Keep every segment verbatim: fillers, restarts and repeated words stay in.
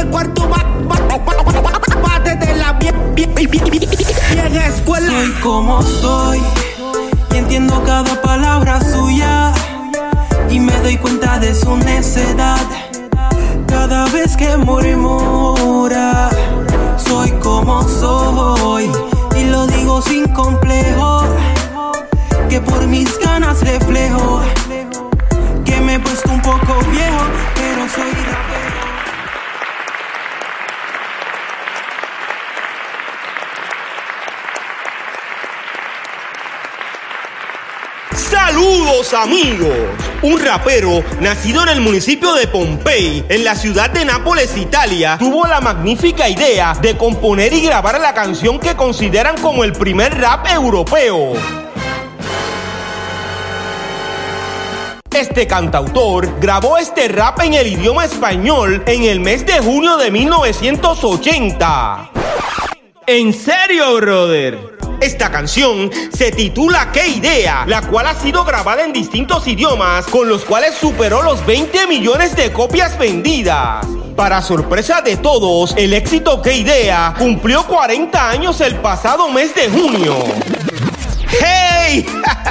el cuarto bate de la vieja escuela. Soy como soy y entiendo cada palabra suya y me doy cuenta de su necedad cada vez que murmura. Soy como soy y lo digo sin complejo, que por mis ganas reflejo que me he puesto un poco viejo, pero soy rapero. ¡Saludos, amigos! Un rapero nacido en el municipio de Pompey, en la ciudad de Nápoles, Italia, tuvo la magnífica idea de componer y grabar la canción que consideran como el primer rap europeo. Este cantautor grabó este rap en el idioma español en el mes de junio de mil novecientos ochenta. ¿En serio, brother? Esta canción se titula ¿Qué idea?, la cual ha sido grabada en distintos idiomas, con los cuales superó los veinte millones de copias vendidas. Para sorpresa de todos, el éxito ¿Qué idea? Cumplió cuarenta años el pasado mes de junio. ¡Hey!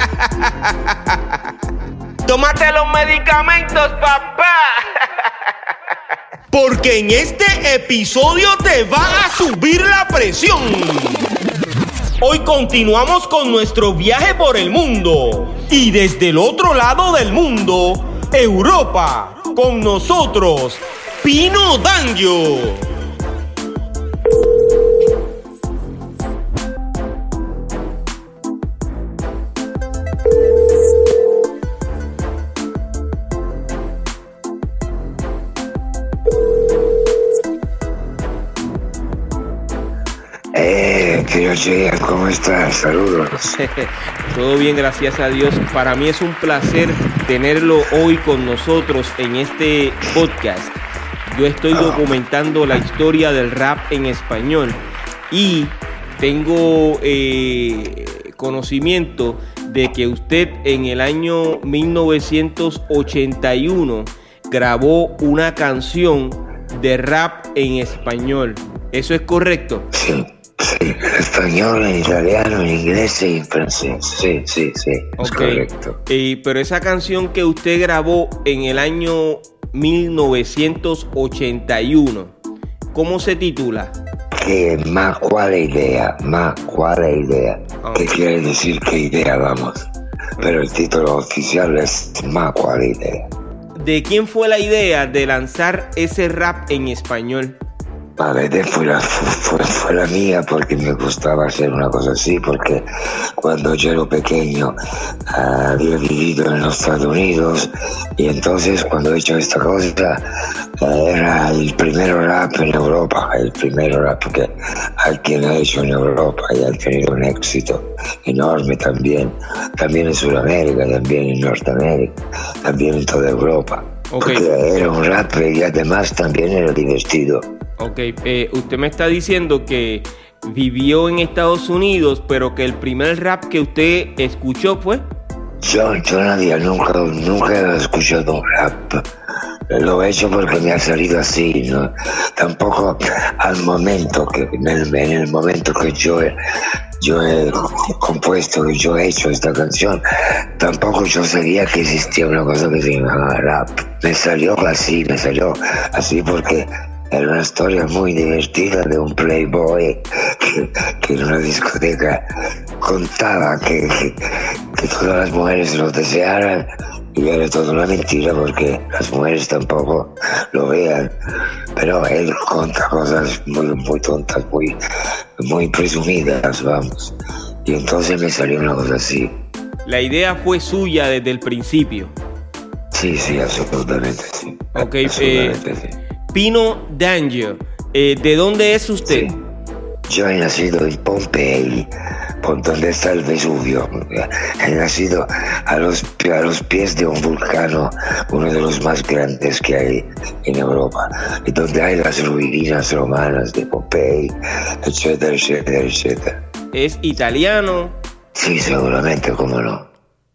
¡Tómate los medicamentos, papá! Porque en este episodio te va a subir la presión. Hoy continuamos con nuestro viaje por el mundo. Y desde el otro lado del mundo, Europa, con nosotros, Pino Dangio. Eh, tío Cheyenne, ¿cómo estás? Saludos. Todo bien, gracias a Dios. Para mí es un placer tenerlo hoy con nosotros en este podcast. Yo estoy documentando la historia del rap en español y tengo eh, conocimiento de que usted en el año mil novecientos ochenta y uno grabó una canción de rap en español. ¿Eso es correcto? Sí. Sí, en español, en italiano, en inglés y en francés. Sí, sí, sí, es okay. Correcto. Eh, pero esa canción que usted grabó en el año mil novecientos ochenta y uno, ¿cómo se titula? ¿Qué, ma cuál idea? Ma cuál idea? Okay. ¿Qué quiere decir qué idea, vamos? Pero el título oficial es Ma cuál idea. ¿De quién fue la idea de lanzar ese rap en español? Vale, fue la, fue, fue la mía porque me gustaba hacer una cosa así, porque cuando yo era pequeño uh, había vivido en los Estados Unidos y entonces cuando he hecho esta cosa uh, era el primer rap en Europa, el primer rap que alguien ha hecho en Europa y ha tenido un éxito enorme también, también en Sudamérica, también en Norteamérica, también en toda Europa. Okay. Porque era un rap y además también era divertido. Ok, eh, usted me está diciendo que vivió en Estados Unidos, pero que el primer rap que usted escuchó fue... Yo, yo nadie, nunca, nunca he escuchado un rap. Lo he hecho porque me ha salido así, ¿no? Tampoco al momento, que en el, en el momento que yo he, yo he compuesto, que yo he hecho esta canción, tampoco yo sabía que existía una cosa que se llamaba rap. Me salió así, me salió así porque... Era una historia muy divertida de un playboy que, que en una discoteca contaba que, que, que todas las mujeres lo desearan y era toda una mentira porque las mujeres tampoco lo vean. Pero él cuenta cosas muy, muy tontas, muy, muy presumidas, vamos. Y entonces me salió una cosa así. La idea fue suya desde el principio. Sí, sí, absolutamente sí. Ok, absolutamente, eh... sí. Pino Dangio, eh, ¿de dónde es usted? Sí. Yo he nacido en Pompey, por donde está el Vesubio. He nacido a los, a los pies de un vulcano, uno de los más grandes que hay en Europa, y donde hay las ruinas romanas de Pompey, etcétera, etcétera, etcétera. ¿Es italiano? Sí, seguramente, cómo no.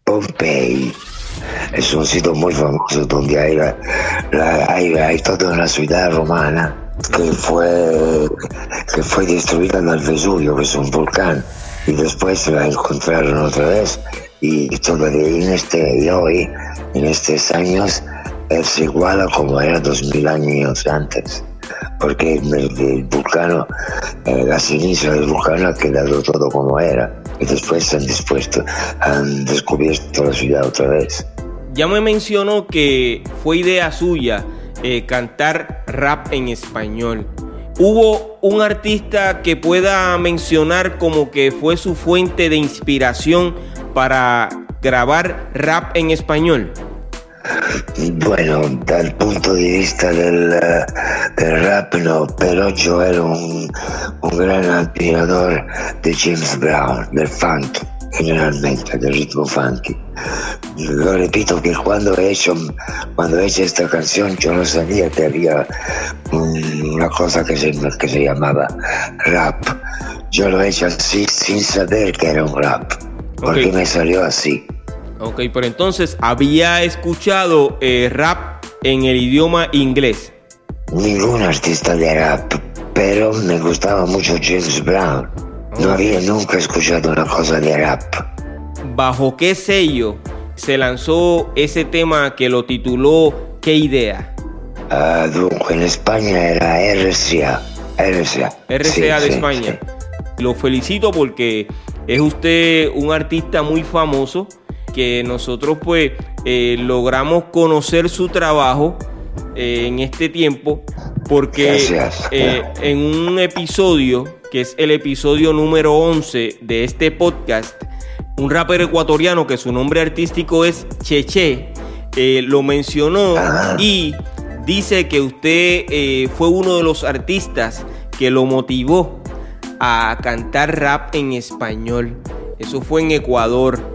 Pompey es un sitio muy famoso donde hay, la, la, hay, hay toda una ciudad romana que fue, que fue destruida del Vesubio, que es un volcán, y después la encontraron otra vez, y todavía en este, y hoy, en estos años, es igual a como era dos mil años antes, porque el, el vulcano, eh, la ceniza del vulcano ha quedado todo como era, y después han dispuesto, han descubierto la ciudad otra vez. Ya me mencionó que fue idea suya eh, cantar rap en español. ¿Hubo un artista que pueda mencionar como que fue su fuente de inspiración para grabar rap en español? Bueno, dal punto di vista del, del rap no, pero yo era un, un gran admirador de James Brown, del funk, generalmente, del ritmo funky. Lo repito que cuando he hecho, cuando he hecho esta canción yo no sabía que había una cosa que se, que se llamaba rap. Yo lo he hecho así sin saber que era un rap, porque okay. Me salió así. Ok, pero entonces, ¿había escuchado eh, rap en el idioma inglés? Ningún artista de rap, pero me gustaba mucho James Brown. No había nunca escuchado una cosa de rap. ¿Bajo qué sello se lanzó ese tema que lo tituló ¿Qué idea? Uh, dunque, en España era R C A. R C A, R C A sí, de sí, España. Sí. Lo felicito porque es usted un artista muy famoso, que nosotros pues eh, logramos conocer su trabajo eh, en este tiempo, porque eh, en un episodio, que es el episodio número once de este podcast, un rapero ecuatoriano que su nombre artístico es Cheche, eh, lo mencionó y dice que usted eh, fue uno de los artistas que lo motivó a cantar rap en español. Eso fue en Ecuador.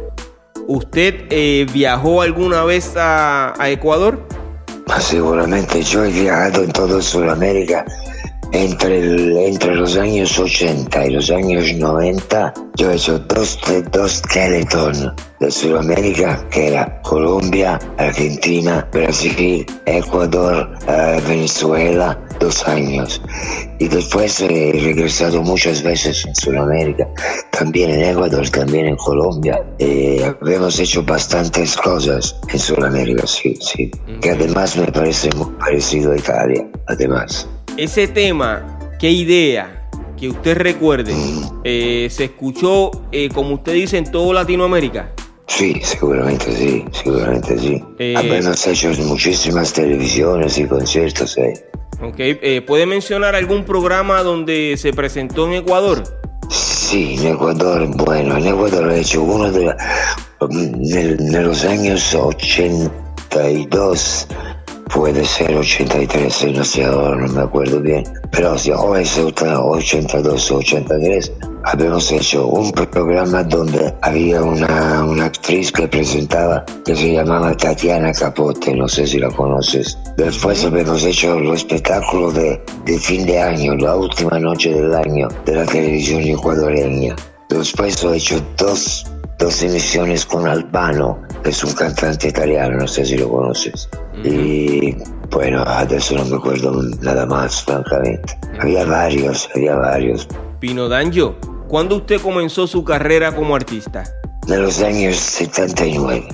¿Usted eh, viajó alguna vez a, a Ecuador? Seguramente, yo he viajado en toda Sudamérica entre, el, entre los años ochenta y los años noventa. Yo he hecho dos, dos Teleton de Sudamérica, que era Colombia, Argentina, Brasil, Ecuador, uh, Venezuela, dos años. Y después he regresado muchas veces en Sudamérica, también en Ecuador, también en Colombia. Eh, hemos hecho bastantes cosas en Sudamérica, sí, sí. Que además me parece muy parecido a Italia, además. Ese tema, ¿qué idea? Que usted recuerde, mm. eh, ¿se escuchó, eh, como usted dice, en toda Latinoamérica? Sí, seguramente sí, seguramente sí. Eh, Hemos hecho muchísimas televisiones y conciertos ahí. Eh. Ok, eh, ¿puede mencionar algún programa donde se presentó en Ecuador? Sí, en Ecuador, bueno, en Ecuador he hecho uno de, de, de los años ochenta y dos, puede ser ochenta y tres, no sé, ahora no me acuerdo bien, pero si o es ochenta y dos o ochenta y tres, habíamos hecho un programa donde había una, una actriz que presentaba, que se llamaba Tatiana Capote, no sé si la conoces. Después habíamos hecho el espectáculo de, de fin de año, la última noche del año de la televisión ecuatoriana. Después he hecho dos, dos emisiones con Albano, que es un cantante italiano, no sé si lo conoces. Mm. Y bueno, adesso no me acuerdo nada más, francamente. Había varios, había varios. Pino D'Angio, ¿cuándo usted comenzó su carrera como artista? En los años setenta y nueve.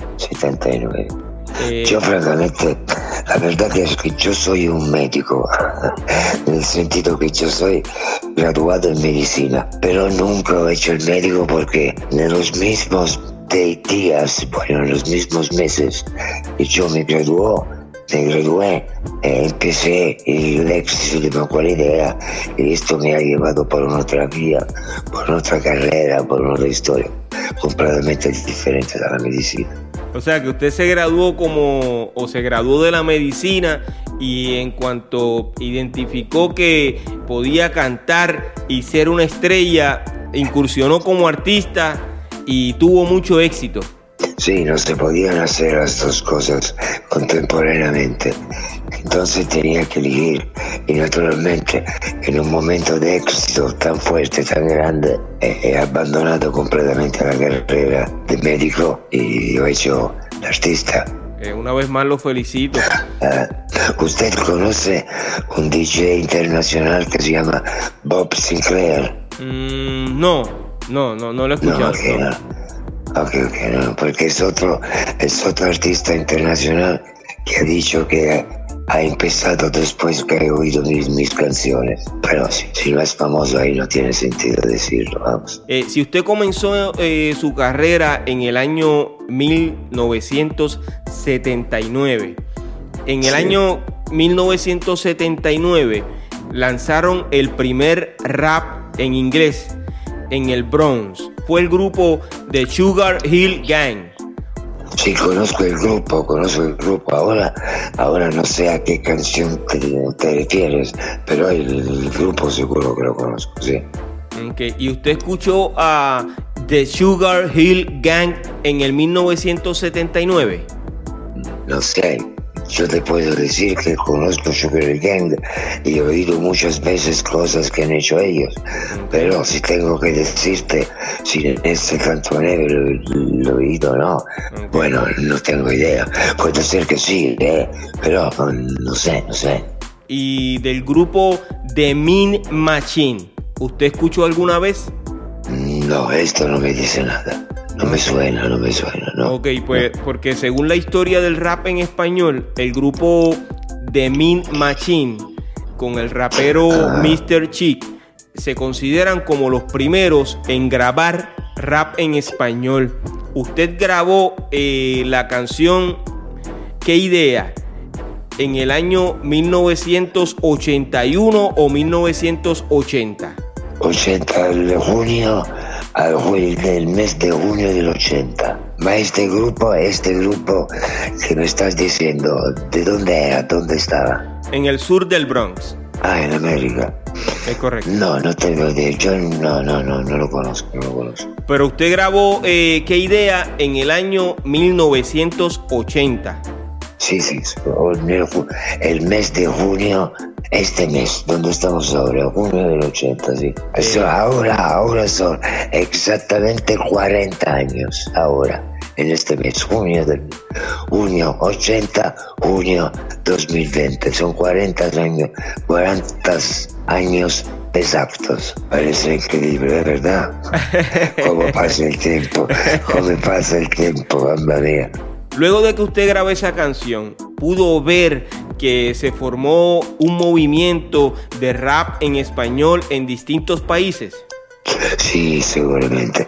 Eh... Yo francamente, la verdad es que yo soy un médico, en el sentido que yo soy graduado en medicina, pero nunca he hecho el médico porque en los mismos días, bueno, en los mismos meses que yo me graduó, me gradué, eh, empecé el éxito de una idea y esto me ha llevado por una otra vía, por otra carrera, por otra historia completamente diferente de la medicina. O sea que usted se graduó como, o se graduó de la medicina y en cuanto identificó que podía cantar y ser una estrella, incursionó como artista y tuvo mucho éxito. Sí, no se podían hacer las dos cosas contemporáneamente. Entonces tenía que elegir. Y naturalmente, en un momento de éxito tan fuerte, tan grande, he, he abandonado completamente la carrera de médico y he hecho de artista. Eh, una vez más lo felicito. Uh, ¿Usted conoce un D J internacional que se llama Bob Sinclair? Mm, no, no, no, no lo he escuchado. No, okay, no. Ok, ok, no, porque es otro, es otro artista internacional que ha dicho que ha empezado después que he oído mis, mis canciones. Pero si, si no es famoso ahí no tiene sentido decirlo, vamos. Eh, si usted comenzó eh, su carrera en el año mil novecientos setenta y nueve, en el sí. año mil novecientos setenta y nueve lanzaron el primer rap en inglés en el Bronx. Fue el grupo The Sugar Hill Gang. Sí, conozco el grupo, conozco el grupo. Ahora, ahora no sé a qué canción te, te refieres, pero el, el grupo seguro que lo conozco, sí. Okay. ¿Y usted escuchó a The Sugar Hill Gang en el mil novecientos setenta y nueve? No sé. Yo te puedo decir que conozco Sugar Hill Gang y he oído muchas veces cosas que han hecho ellos. Pero si tengo que decirte si en este cantonero lo, lo he oído o no, okay. Bueno, no tengo idea. Puede ser que sí, ¿eh? Pero no sé, no sé. ¿Y del grupo The Mean Machine, usted escuchó alguna vez? No, esto no me dice nada. No me suena, no me suena, ¿no? Ok, pues no. Porque según la historia del rap en español, el grupo The Mean Machine con el rapero ah. mister Chic se consideran como los primeros en grabar rap en español. Usted grabó eh, la canción ¿Qué idea? ¿En el año mil novecientos ochenta y uno o mil novecientos ochenta? ochenta de junio al del mes de junio del ochenta. Ma este grupo, este grupo que me estás diciendo, ¿de dónde era? ¿Dónde estaba? En el sur del Bronx. Ah, en América. Es correcto. No, no tengo idea. Yo no, no, no, no lo conozco, no lo conozco. Pero usted grabó eh, ¿Qué idea? En el año mil novecientos ochenta. Sí, sí, el mes de junio, este mes, donde estamos ahora, junio del ochenta, sí. Eso, ahora, ahora son exactamente cuarenta años, ahora, en este mes, junio del junio ochenta, junio dos mil veinte, son cuarenta años, cuarenta años exactos. Parece increíble, ¿verdad? Cómo pasa el tiempo, cómo pasa el tiempo, mamma mía. Luego de que usted grabó esa canción, ¿pudo ver que se formó un movimiento de rap en español en distintos países? Sí, seguramente.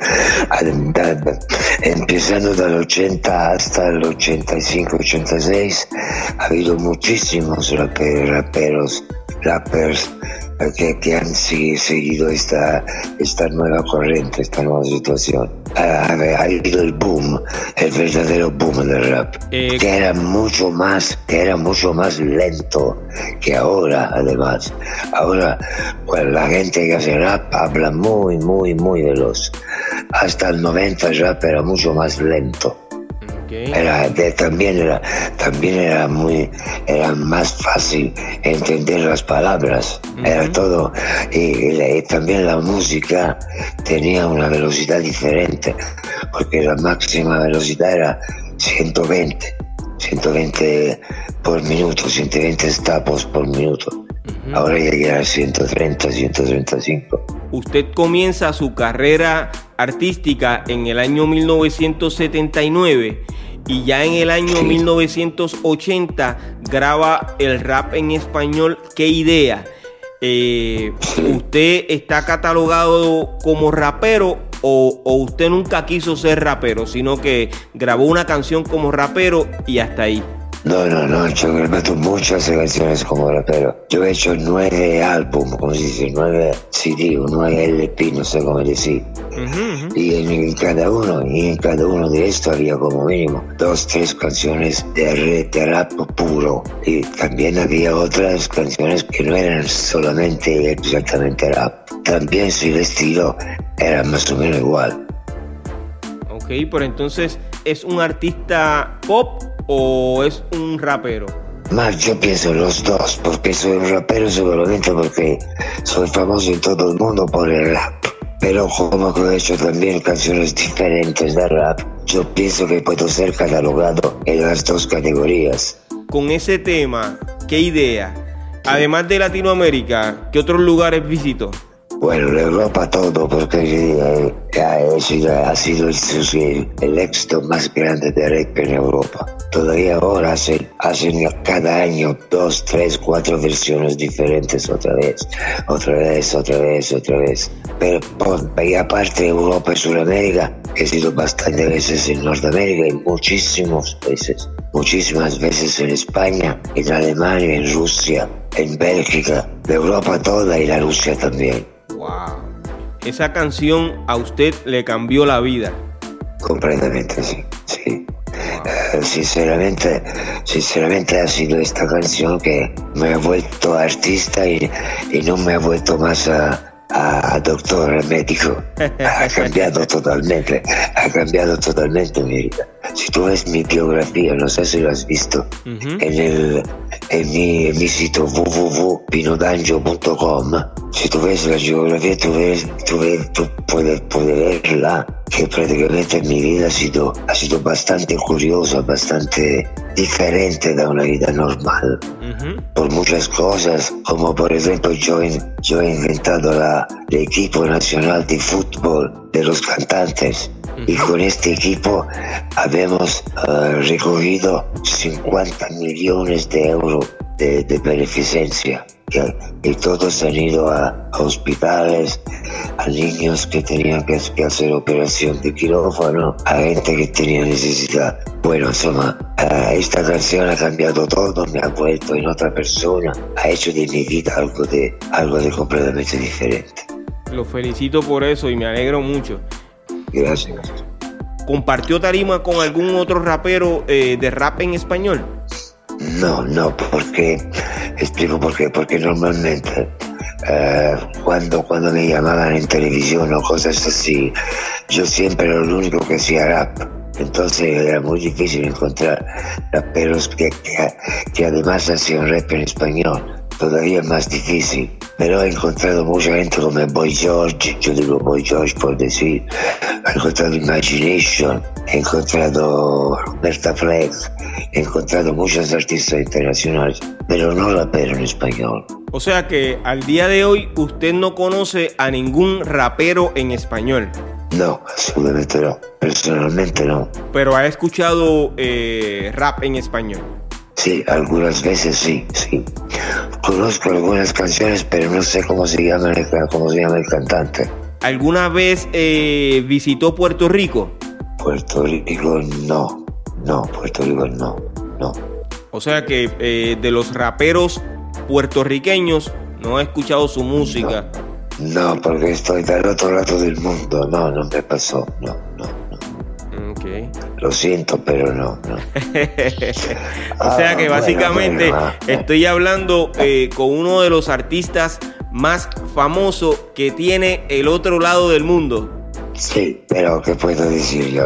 Empezando del ochenta hasta el ochenta y cinco, ochenta y seis, ha habido muchísimos raperos, raperos, rappers que, que han seguido esta, esta nueva corriente, esta nueva situación. Ha, ha habido el boom, el verdadero boom del rap, eh, que era mucho más, que era mucho más lento que ahora, además. Ahora, bueno, la gente que hace rap habla muy, muy, muy veloz. Hasta el noventa el rap era mucho más lento. Era, de, también era también era muy era más fácil entender las palabras. Uh-huh. Era todo y, y, y también la música tenía una velocidad diferente, porque la máxima velocidad era ciento veinte por minuto, ciento veinte stapos por minuto. Uh-huh. Ahora llega a ciento treinta, ciento treinta y cinco. Usted comienza su carrera artística en el año mil novecientos setenta y nueve y ya en el año sí. mil novecientos ochenta graba el rap en español ¿Qué idea? Eh, sí. ¿Usted está catalogado como rapero o, o usted nunca quiso ser rapero, sino que grabó una canción como rapero y hasta ahí? No, no, no, yo he grabado muchas canciones como rapero. Yo he hecho nueve álbumes, como se dice, nueve C D o nueve L P, no sé cómo decir. Uh-huh, uh-huh. Y en cada uno, y en cada uno de estos había como mínimo dos, tres canciones de, de rap puro. Y también había otras canciones que no eran solamente exactamente rap. También su estilo era más o menos igual. Ok, pero entonces, ¿es un artista pop o es un rapero? Más yo pienso los dos, porque soy un rapero seguramente porque soy famoso en todo el mundo por el rap. Pero como he hecho también canciones diferentes de rap, yo pienso que puedo ser catalogado en las dos categorías. Con ese tema, qué idea? Además de Latinoamérica, ¿qué otros lugares visitó? Bueno, la Europa todo, porque eh, ha sido, ha sido el, el éxito más grande de rap en Europa. Todavía ahora hacen, hacen cada año dos, tres, cuatro versiones diferentes otra vez, otra vez, otra vez, otra vez. Pero por, y aparte Europa y Sudamérica, he sido bastantes veces en Norteamérica y muchísimas veces, muchísimas veces en España, en Alemania, en Rusia, en Bélgica, de Europa toda y la Rusia también. Wow. Esa canción a usted le cambió la vida. Completamente, sí, sí. Wow. Uh, sinceramente, sinceramente ha sido esta canción que me ha vuelto artista y, y no me ha vuelto más a, a, a doctor, médico. Ha cambiado totalmente, ha cambiado totalmente mi vida. Si tú ves mi biografía, no sé si lo has visto, uh-huh. en, el, en, mi, en mi sitio w w w punto pinodanjo punto com, si tú ves la biografía, tú, ves, tú, ves, tú puedes, puedes verla, que prácticamente mi vida ha sido, ha sido bastante curiosa, bastante diferente de una vida normal. Uh-huh. Por muchas cosas, como por ejemplo yo, yo he inventado la, el equipo nacional de fútbol de los cantantes. Y con este equipo habemos uh, recogido cincuenta millones de euros de, de beneficencia. Y, y todos han ido a, a hospitales, a niños que tenían que, que hacer operación de quirófano, a gente que tenía necesidad. Bueno, insomma, uh, esta canción ha cambiado todo, me ha vuelto en otra persona, ha hecho de mi vida algo de, algo de completamente diferente. Lo felicito por eso y me alegro mucho. Gracias. ¿Compartió tarima con algún otro rapero eh, de rap en español? No, no, porque, explico por qué, porque normalmente uh, cuando, cuando me llamaban en televisión o cosas así, yo siempre era el único que hacía rap. Entonces era muy difícil encontrar raperos que, que, que además hacían rap en español. Todavía más difícil, pero he encontrado mucha gente como Boy George, yo digo Boy George por decir, he encontrado Imagination, he encontrado Roberta Fleck, he encontrado muchos artistas internacionales, pero no rapero en español. O sea que al día de hoy usted no conoce a ningún rapero en español. No, absolutamente no, personalmente no. Pero ha escuchado eh, rap en español. Sí, algunas veces sí, sí. Conozco algunas canciones, pero no sé cómo se llama el, cómo se llama el cantante. ¿Alguna vez eh, visitó Puerto Rico? Puerto Rico no, no, Puerto Rico no, no. O sea que eh, de los raperos puertorriqueños no ha escuchado su música. No, no, porque estoy del otro lado del mundo, no, no me pasó, no, no, no. Okay. Lo siento, pero no, no. O sea que ah, básicamente bueno, bueno, estoy hablando eh, con uno de los artistas más famosos que tiene el otro lado del mundo. Sí, pero ¿qué puedo decir yo?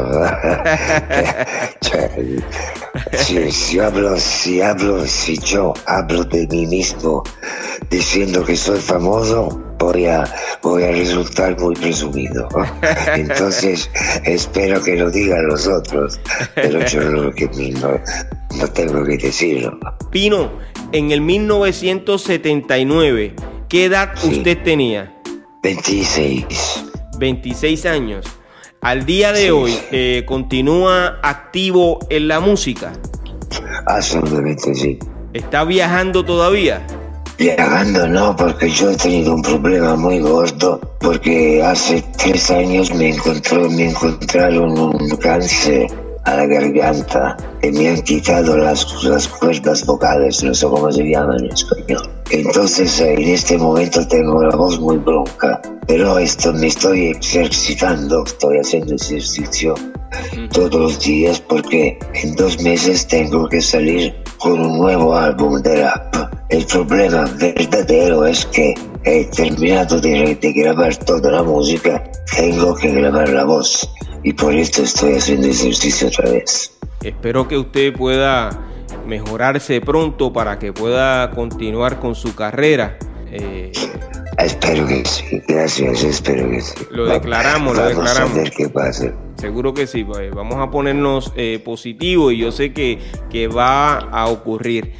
si, si hablo, si hablo, si yo hablo de mí mismo diciendo que soy famoso, voy a, voy a resultar muy presumido. Entonces espero que lo digan los otros, pero yo no, que no, no tengo que decirlo. Pino, en el mil novecientos setenta y nueve, ¿qué edad sí. usted tenía? veintiséis. veintiséis años. Al día de sí. hoy, eh, ¿continúa activo en la música? Absolutamente sí. ¿Está viajando todavía? Viajando no, porque yo he tenido un problema muy gordo, porque hace tres años me encontró, me encontraron un cáncer a la garganta y me han quitado las, las cuerdas vocales, no sé cómo se llaman en español. Entonces en este momento tengo la voz muy bronca, pero esto me estoy ejercitando, estoy haciendo ejercicio todos los días porque en dos meses tengo que salir con un nuevo álbum de rap. El problema verdadero es que he terminado de, de grabar toda la música, tengo que grabar la voz y por esto estoy haciendo ejercicio otra vez. Espero que usted pueda mejorarse pronto para que pueda continuar con su carrera. Eh, espero que sí, gracias, espero que sí. Lo declaramos, Va, lo declaramos. Vamos a ver qué pasa. Seguro que sí, vamos a ponernos eh, positivos y yo sé que, que va a ocurrir.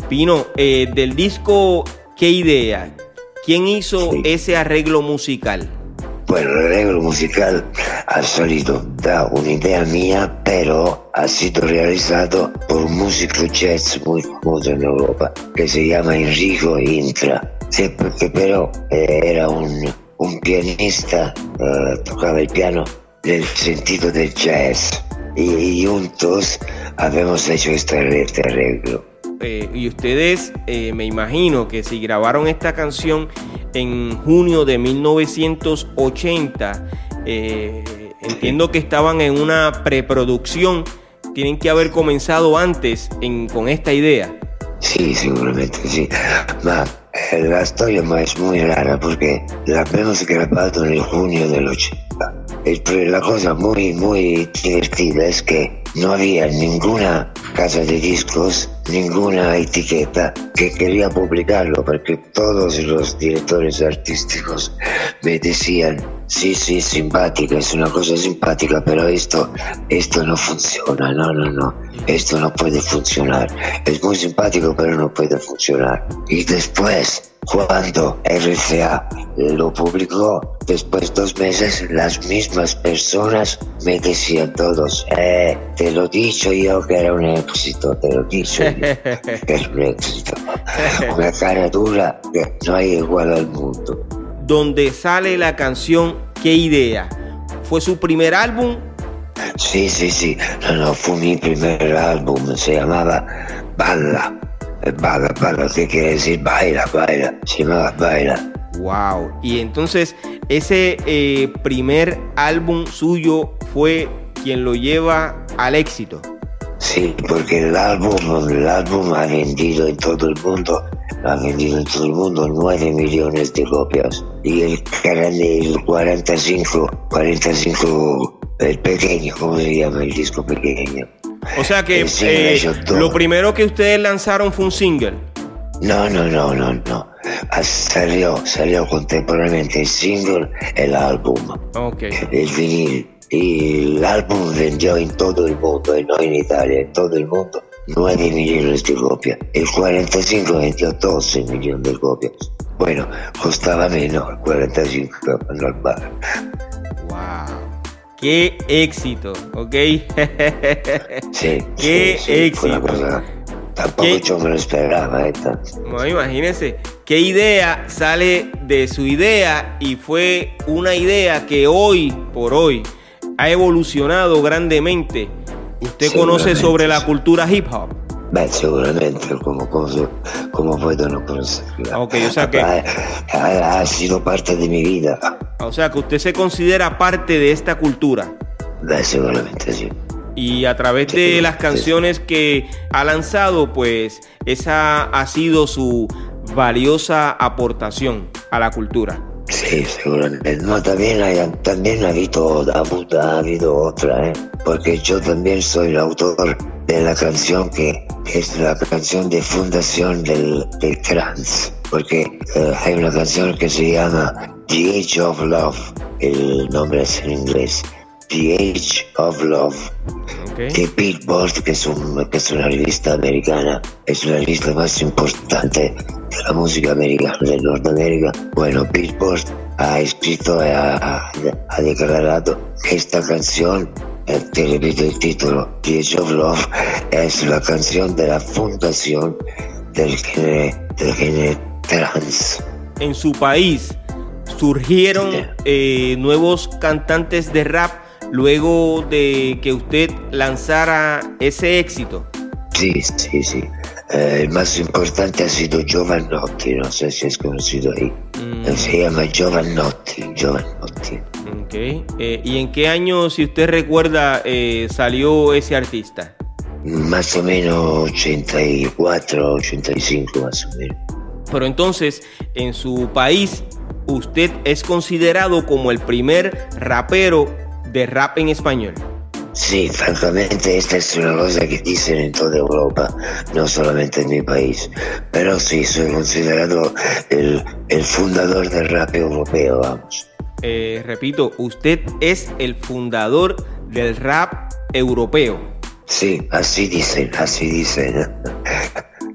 Pino, eh, del disco ¿Qué idea? ¿Quién hizo sí. ese arreglo musical? Bueno, el arreglo musical ha salido da una idea mía, pero ha sido realizado por un músico jazz muy famoso en Europa, que se llama Enrico Intra. Sí, porque pero eh, era un, un pianista, eh, tocaba el piano nel sentido del jazz. Y, y juntos habíamos hecho este, este arreglo. Eh, y ustedes, eh, me imagino que si grabaron esta canción en junio de mil novecientos ochenta, eh, entiendo que estaban en una preproducción, tienen que haber comenzado antes en, con esta idea. Sí, seguramente sí, ma la storia es muy rara porque la habíamos grabado en el junio del ochenta. El, la cosa muy, muy divertida es que no había ninguna casa de discos, ninguna etiqueta que quería publicarlo, porque todos los directores artísticos me decían, sí, sí, simpática, es una cosa simpática, pero esto, esto no funciona, no, no, no, esto no puede funcionar, es muy simpático, pero no puede funcionar. Y después, cuando R C A lo publicó, después de dos meses, las mismas personas me decían todos, eh, te lo he dicho yo que era un éxito, te lo he dicho yo que era un éxito. Una cara dura que no hay igual al mundo. Donde sale la canción ¿Qué idea? ¿Fue su primer álbum? Sí, sí, sí, no, no, fue mi primer álbum, se llamaba Balla. Balla, balla, ¿qué quiere decir? Baila, baila, se llamaba Baila. Wow, y entonces ese eh, primer álbum suyo fue quien lo lleva al éxito. Sí, porque el álbum, el álbum ha vendido en todo el mundo, ha vendido en todo el mundo nueve millones de copias. Y el, el cuarenta y cinco, cuarenta y cinco, el pequeño, ¿cómo se llama el disco pequeño? O sea que eh, lo primero que ustedes lanzaron fue un single. No, no, no, no, no. Salió, salió contemporáneamente el single, el álbum, okay. el vinil. Y el álbum vendió en todo el mundo, y no en Italia, en todo el mundo, nueve millones de copias. El cuarenta y cinco vendió doce millones de copias. Bueno, costaba menos el cuarenta y cinco, normal. Wow. ¡Qué éxito! ¿Ok? Sí. ¡Qué sí, sí, éxito! Cosa, tampoco ¿Qué? Yo me lo esperaba. ¿eh? No, imagínense. ¿Qué idea sale de su idea? Y fue una idea que hoy por hoy ha evolucionado grandemente. ¿Usted conoce sobre la cultura hip hop? Beh, seguramente, como, como, como puedo no conocerla. Ok, o sea que... Ha, ha, ha sido parte de mi vida. O sea que usted se considera parte de esta cultura. Beh, seguramente sí. Y a través sí, de las canciones sí. que ha lanzado, pues esa ha sido su valiosa aportación a la cultura. Sí, seguramente. No, también, hay, también ha, habido, ha, ha habido otra, ¿eh? Porque yo también soy el autor de la canción que, que es la canción de fundación del, del trance. Porque eh, hay una canción que se llama The Age of Love, el nombre es en inglés, The Age of Love. Okay. Que Billboard, que es, un, que es una revista americana, es una revista más importante de la música americana de Norteamérica. Bueno, Billboard ha escrito y ha, ha declarado que esta canción, eh, te repito el título, The Age of Love, es la canción de la fundación del género, del género trance. En su país surgieron sí. eh, nuevos cantantes de rap luego de que usted lanzara ese éxito. Sí, sí, sí. Eh, el más importante ha sido Giovanotti, no sé si es conocido ahí. Mm. Se llama Giovanotti, Giovanotti. Ok. Eh, ¿Y en qué año, si usted recuerda, eh, salió ese artista? Más o menos ochenta y cuatro, ochenta y cinco más o menos. Pero entonces, en su país, usted es considerado como el primer rapero de rap en español. Sí, francamente esta es una cosa que dicen en toda Europa, no solamente en mi país, pero sí, soy considerado el, el fundador del rap europeo, vamos. Eh, repito, usted es el fundador del rap europeo. Sí, así dicen, así dicen.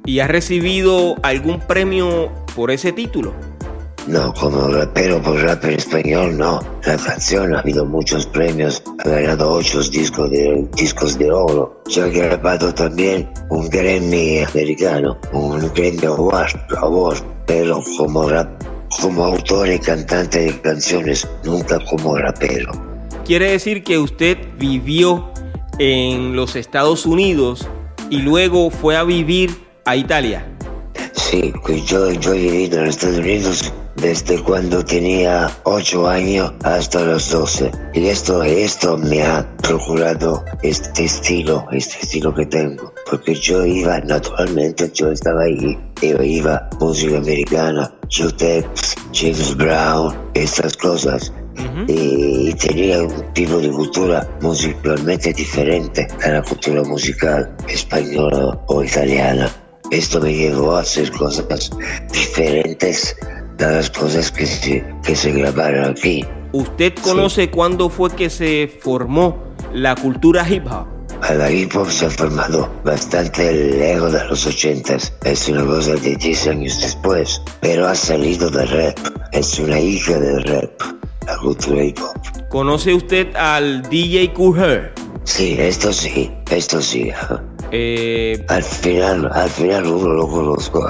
¿Y ha recibido algún premio por ese título? No, como rapero por rap en español, no. La canción ha habido muchos premios, ha ganado ocho discos de, discos de oro. Yo he grabado también un Grammy americano, un Grammy Award, Award pero como, rap, como autor y cantante de canciones, nunca como rapero. ¿Quiere decir que usted vivió en los Estados Unidos y luego fue a vivir a Italia? Sí, yo, yo he vivido en Estados Unidos desde cuando tenía ocho años hasta los doce. Y esto, esto me ha procurado este estilo, este estilo que tengo. Porque yo iba, naturalmente, yo estaba ahí. Yo iba música americana, Q-Tex, James Brown, estas cosas. Uh-huh. Y, y tenía un tipo de cultura musicalmente diferente a la cultura musical española o italiana. Esto me llevó a hacer cosas diferentes de las cosas que se, que se grabaron aquí. ¿Usted conoce sí. cuándo fue que se formó la cultura hip hop? La hip hop se ha formado bastante lejos de los ochentas. Es una cosa de diez años después, pero ha salido del rap. Es una hija del rap, la cultura hip hop. ¿Conoce usted al D J Kool Herc? Sí, esto sí, esto sí. Eh... Al final, al final uno lo conozco.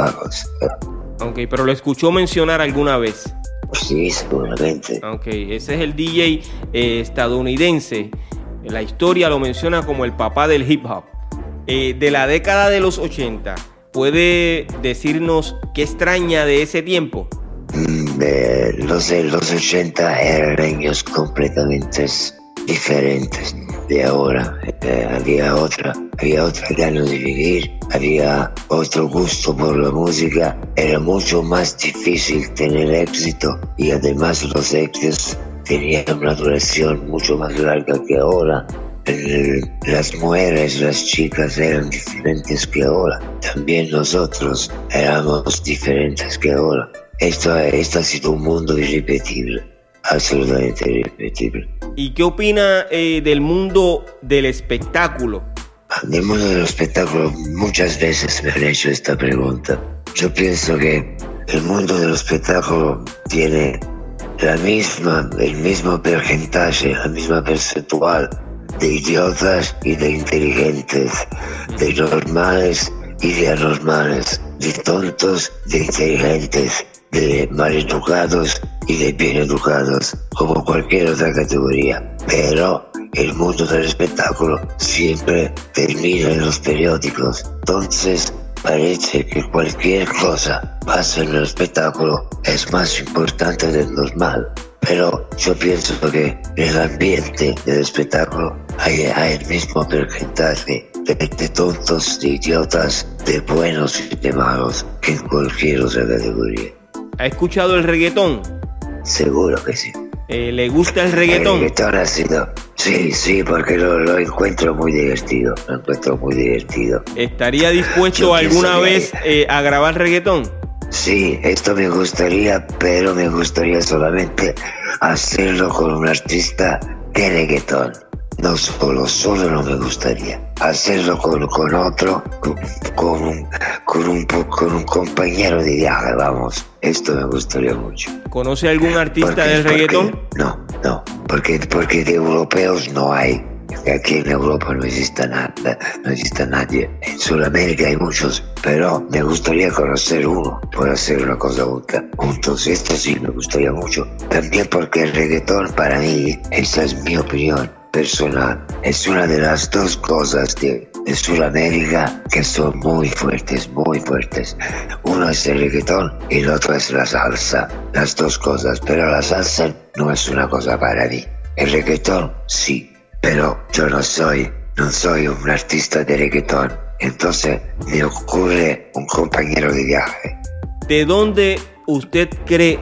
Ok, pero lo escuchó mencionar alguna vez. Sí, seguramente. Ok, ese es el D J eh, estadounidense. La historia lo menciona como el papá del hip hop. Eh, de la década de los ochenta, ¿puede decirnos qué extraña de ese tiempo? Mm, eh, los, los ochenta eran años completamente diferentes de ahora. Eh, había otra, había otra ganas de vivir, había otro gusto por la música, era mucho más difícil tener éxito y además los éxitos tenían una duración mucho más larga que ahora. El, las mujeres, las chicas eran diferentes que ahora, también nosotros éramos diferentes que ahora. Esto, esto ha sido un mundo irrepetible. Absolutamente irrepetible. ¿Y qué opina eh, del mundo del espectáculo? Del mundo del espectáculo muchas veces me han hecho esta pregunta. Yo pienso que el mundo del espectáculo tiene la misma, el mismo porcentaje, la misma percentual de idiotas y de inteligentes, de normales y de anormales, de tontos, de inteligentes, de maleducados y de bien educados, como cualquier otra categoría. Pero el mundo del espectáculo siempre termina en los periódicos. Entonces parece que cualquier cosa pasa en el espectáculo es más importante del normal. Pero yo pienso que en el ambiente del espectáculo hay, hay el mismo porcentaje de, de tontos, de idiotas, de buenos y de malos que en cualquier otra categoría. ¿Ha escuchado el reggaetón? Seguro que sí. Eh, ¿Le gusta el reggaetón? El reggaetón ha sido... Sí, sí, porque lo, lo encuentro muy divertido. Lo encuentro muy divertido. ¿Estaría dispuesto alguna vez eh, a grabar reggaetón? Sí, esto me gustaría, pero me gustaría solamente hacerlo con un artista de reggaetón. No solo, solo no me gustaría. Hacerlo con, con otro, con, con, un, con, un, con un compañero de viaje, vamos. Esto me gustaría mucho. ¿Conoce algún artista porque, del reggaetón? Porque, no, no, porque, porque de europeos no hay. Aquí en Europa no existe nada, no existe nadie. En Sudamérica hay muchos, pero me gustaría conocer uno por hacer una cosa juntos. Esto sí me gustaría mucho. También porque el reggaetón para mí, esa es mi opinión personal, es una de las dos cosas de, de Sudamérica que son muy fuertes, muy fuertes. Uno es el reggaetón y el otro es la salsa. Las dos cosas, pero la salsa no es una cosa para mí. El reggaetón sí. Pero yo no soy, no soy un artista de reggaetón, entonces me ocurre un compañero de viaje. ¿De dónde usted cree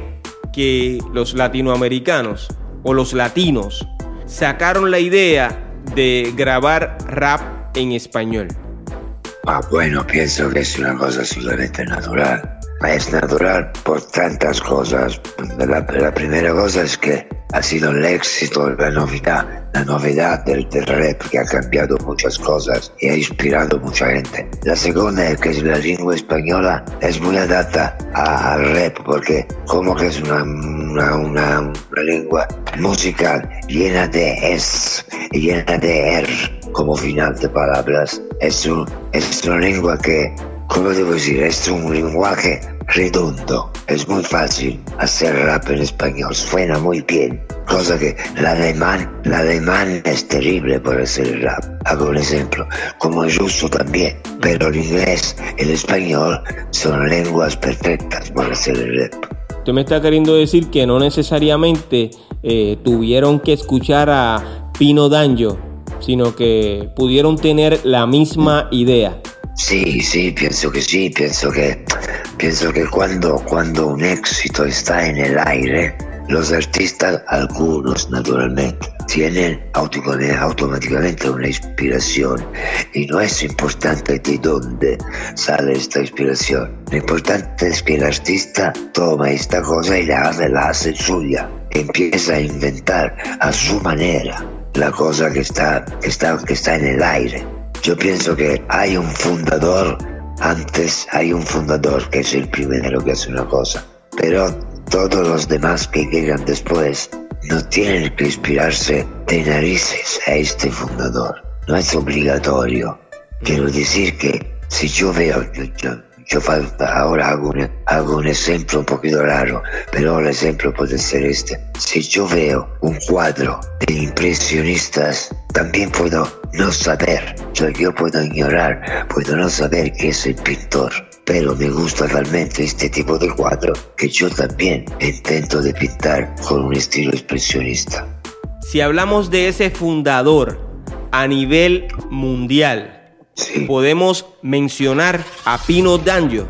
que los latinoamericanos o los latinos sacaron la idea de grabar rap en español? Ah, bueno, pienso que es una cosa absolutamente natural. Es natural por tantas cosas. La, la primera cosa es que ha sido el éxito, la novedad, la novedad del, del rap que ha cambiado muchas cosas y ha inspirado a mucha gente. La segunda es que la lengua española es muy adapta al rap porque como que es una, una, una, una lengua musical llena de es, llena de er como final de palabras. Es, un, es una lengua que, ¿cómo debo decir? Es un lenguaje redondo. Es muy fácil hacer rap en español. Suena muy bien. Cosa que el alemán, el alemán es terrible para hacer rap. Hago un ejemplo. Como el ruso también. Pero el inglés, el español son lenguas perfectas para hacer el rap. Usted me está queriendo decir que no necesariamente eh, tuvieron que escuchar a Pino D'Angio, sino que pudieron tener la misma idea. Sí, sí, pienso que sí, pienso que, pienso que cuando, cuando un éxito está en el aire, los artistas, algunos naturalmente, tienen automáticamente una inspiración y no es importante de dónde sale esta inspiración. Lo importante es que el artista toma esta cosa y la hace, la hace suya, empieza a inventar a su manera la cosa que está, que está, que está en el aire. Yo pienso que hay un fundador, antes hay un fundador que es el primero que hace una cosa, pero todos los demás que llegan después no tienen que inspirarse de narices a este fundador. No es obligatorio. Quiero decir que si yo veo, yo, yo, yo ahora hago un, hago un ejemplo un poquito raro, pero el ejemplo puede ser este. Si yo veo un cuadro de impresionistas, también puedo no saber, yo, yo puedo ignorar, puedo no saber que es el pintor, pero me gusta realmente este tipo de cuadro que yo también intento de pintar con un estilo expresionista. Si hablamos de ese fundador a nivel mundial, sí, ¿podemos mencionar a Pino D'Angio?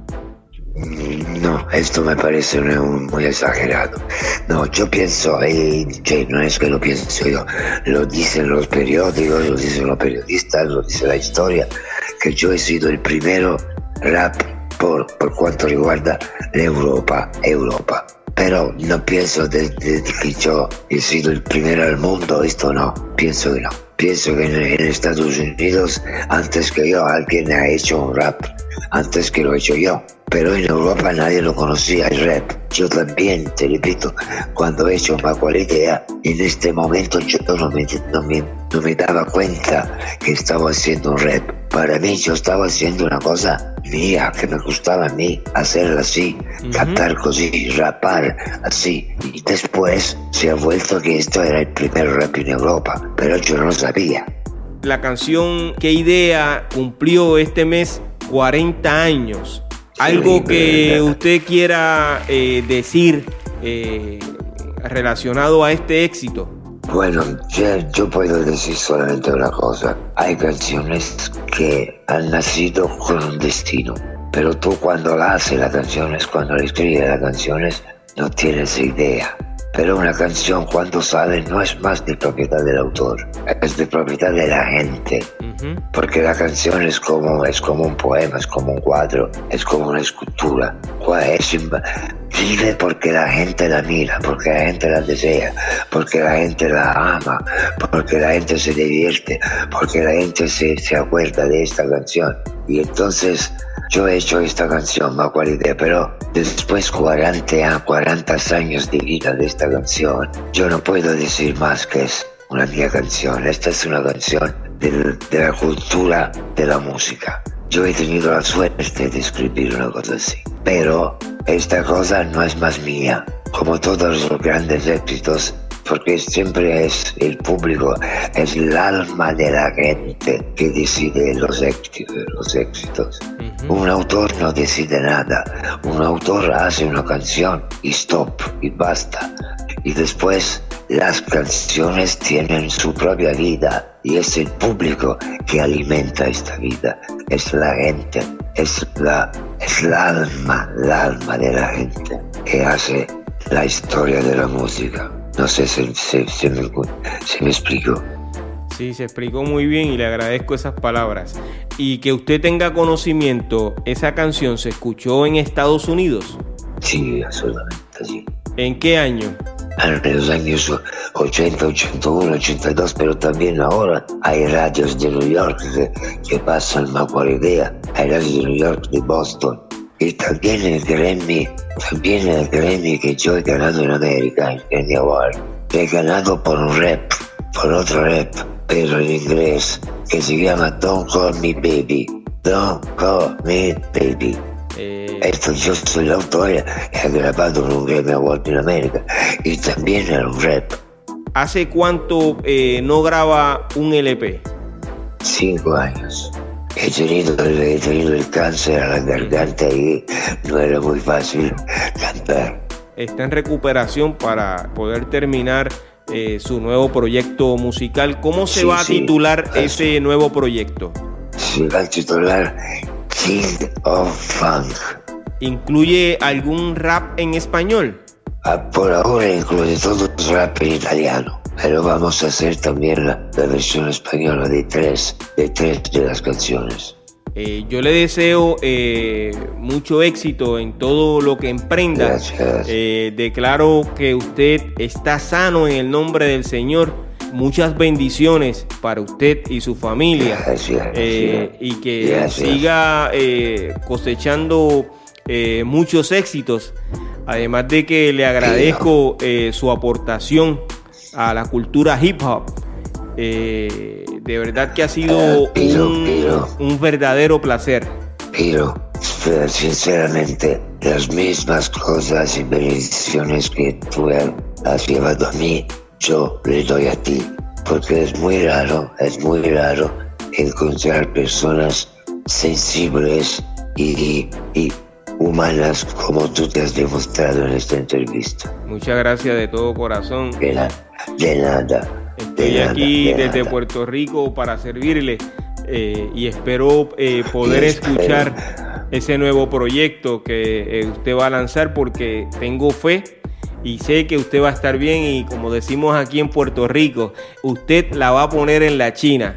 No, esto me parece un, muy exagerado. No, yo pienso, eh, que no es que lo pienso yo, lo dicen los periódicos, lo dicen los periodistas, lo dice la historia, que yo he sido el primero rap por, por cuanto riguarda Europa, Europa. Pero no pienso de, de, de que yo he sido el primero del mundo, esto no, pienso que no. Pienso que en, en Estados Unidos, antes que yo, alguien ha hecho un rap, antes que lo he hecho yo. Pero en Europa nadie lo conocía, el rap. Yo también, te repito, cuando he hecho una cual idea, en este momento yo no me, no, me, no me daba cuenta que estaba haciendo un rap. Para mí yo estaba haciendo una cosa mía, que me gustaba a mí, hacerla así, uh-huh. cantar así, rapar así. Y después se ha vuelto que esto era el primer rap en Europa, pero yo no lo sabía. La canción ¿Qué idea? Cumplió este mes cuarenta años. Algo sí, que usted quiera eh, decir eh, relacionado a este éxito. Bueno, yo, yo puedo decir solamente una cosa. Hay canciones que han nacido con un destino, pero tú cuando la haces las canciones, cuando la escribes las canciones, no tienes idea. Pero una canción cuando sale no es más de propiedad del autor, es de propiedad de la gente. Uh-huh. Porque la canción es como, es como un poema, es como un cuadro, es como una escultura. Es, vive porque la gente la mira, porque la gente la desea, porque la gente la ama, porque la gente se divierte, porque la gente se, se acuerda de esta canción. Y entonces yo he hecho esta canción, ¿no? ¿Cuál idea? Pero después cuarenta, cuarenta años de vida de esta canción, yo no puedo decir más que es una mía canción. Esta es una canción de, de la cultura de la música. Yo he tenido la suerte de escribir una cosa así, pero esta cosa no es más mía, como todos los grandes éxitos, porque siempre es el público, es el alma de la gente que decide los éxitos. Los éxitos. Uh-huh. Un autor no decide nada, un autor hace una canción y stop, y basta. Y después las canciones tienen su propia vida y es el público que alimenta esta vida, es la gente, es la, es el alma, el alma de la gente que hace la historia de la música. No sé si, si, si, me, si me explico. Sí, se explicó muy bien y le agradezco esas palabras. Y que usted tenga conocimiento, ¿esa canción se escuchó en Estados Unidos? Sí, absolutamente, sí. ¿En qué año? En los años ochenta, ochenta y uno, ochenta y dos, pero también ahora hay radios de New York que, que pasan más por idea, hay radios de New York, de Boston, y también el Grammy, también el Grammy que yo he ganado en América, el Grammy Award, he ganado por un rap, por otro rap, pero en inglés, que se llama Don't Call Me Baby, Don't Call Me Baby. Eh... Esto yo soy la autora, he grabado un Grammy Award en América y también era un rap. ¿Hace cuánto eh, no graba un L P? Cinco años. He tenido, he tenido el cáncer a la garganta y no era muy fácil cantar. Está en recuperación para poder terminar eh, su nuevo proyecto musical. ¿Cómo se sí, va a sí. titular Así. ese nuevo proyecto? Se va a titular King of Funk. ¿Incluye algún rap en español? Ah, por ahora incluye todo el rap en italiano, pero vamos a hacer también la, la versión española de tres, de tres de las canciones. Eh, yo le deseo eh, mucho éxito en todo lo que emprenda. Gracias. Eh, declaro que usted está sano en el nombre del Señor. Muchas bendiciones para usted y su familia. Gracias. Eh, y que Gracias. siga eh, cosechando eh, muchos éxitos. Además de que le agradezco eh, su aportación a la cultura hip hop. Eh, de verdad que ha sido Piro, un, Piro. un verdadero placer. Pero, pero sinceramente, las mismas cosas y bendiciones que tú has llevado a mí, yo le doy a ti. Porque es muy raro, es muy raro encontrar personas sensibles y, y humanas como tú te has demostrado en esta entrevista. Muchas gracias de todo corazón. De, na, de nada. Estoy de aquí nada, de desde nada. Puerto Rico para servirle eh, y espero eh, poder Y escuchar espero. ese nuevo proyecto que eh, usted va a lanzar, porque tengo fe y sé que usted va a estar bien, y como decimos aquí en Puerto Rico, usted la va a poner en la China.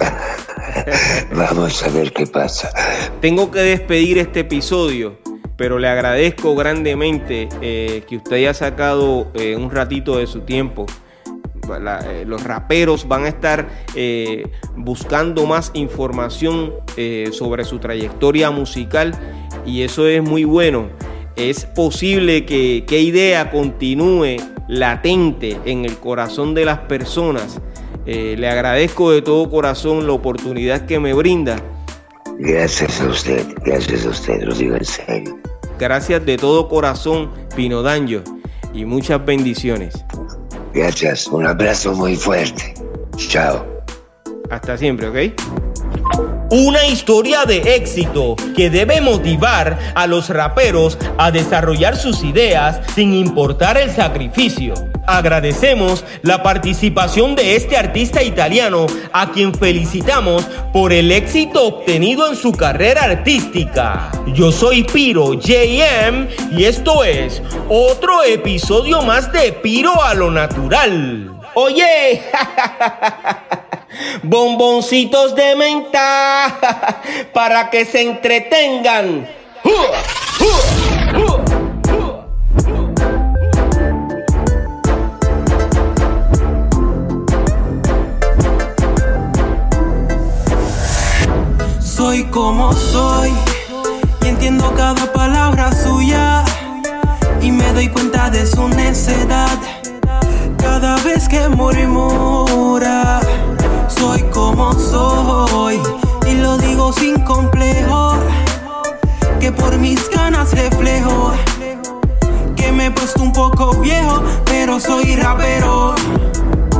Vamos a ver qué pasa. Tengo que despedir este episodio, pero le agradezco grandemente eh, que usted haya sacado eh, un ratito de su tiempo. La, eh, los raperos van a estar eh, buscando más información eh, sobre su trayectoria musical, y eso es muy bueno. Es posible que, que idea continúe latente en el corazón de las personas. Eh, le agradezco de todo corazón la oportunidad que me brinda. Gracias a usted, gracias a usted, lo digo en serio. Gracias de todo corazón, Pino Danjo, y muchas bendiciones. Gracias, un abrazo muy fuerte. Chao. Hasta siempre, ¿ok? Una historia de éxito que debe motivar a los raperos a desarrollar sus ideas sin importar el sacrificio. Agradecemos la participación de este artista italiano, a quien felicitamos por el éxito obtenido en su carrera artística. Yo soy Piro J M y esto es otro episodio más de Piro a lo Natural. Oye, bomboncitos de menta para que se entretengan. Soy como soy y entiendo cada palabra suya, y me doy cuenta de su necedad cada vez que murmura. Soy como soy y lo digo sin complejo, que por mis ganas reflejo que me he puesto un poco viejo, pero soy rapero.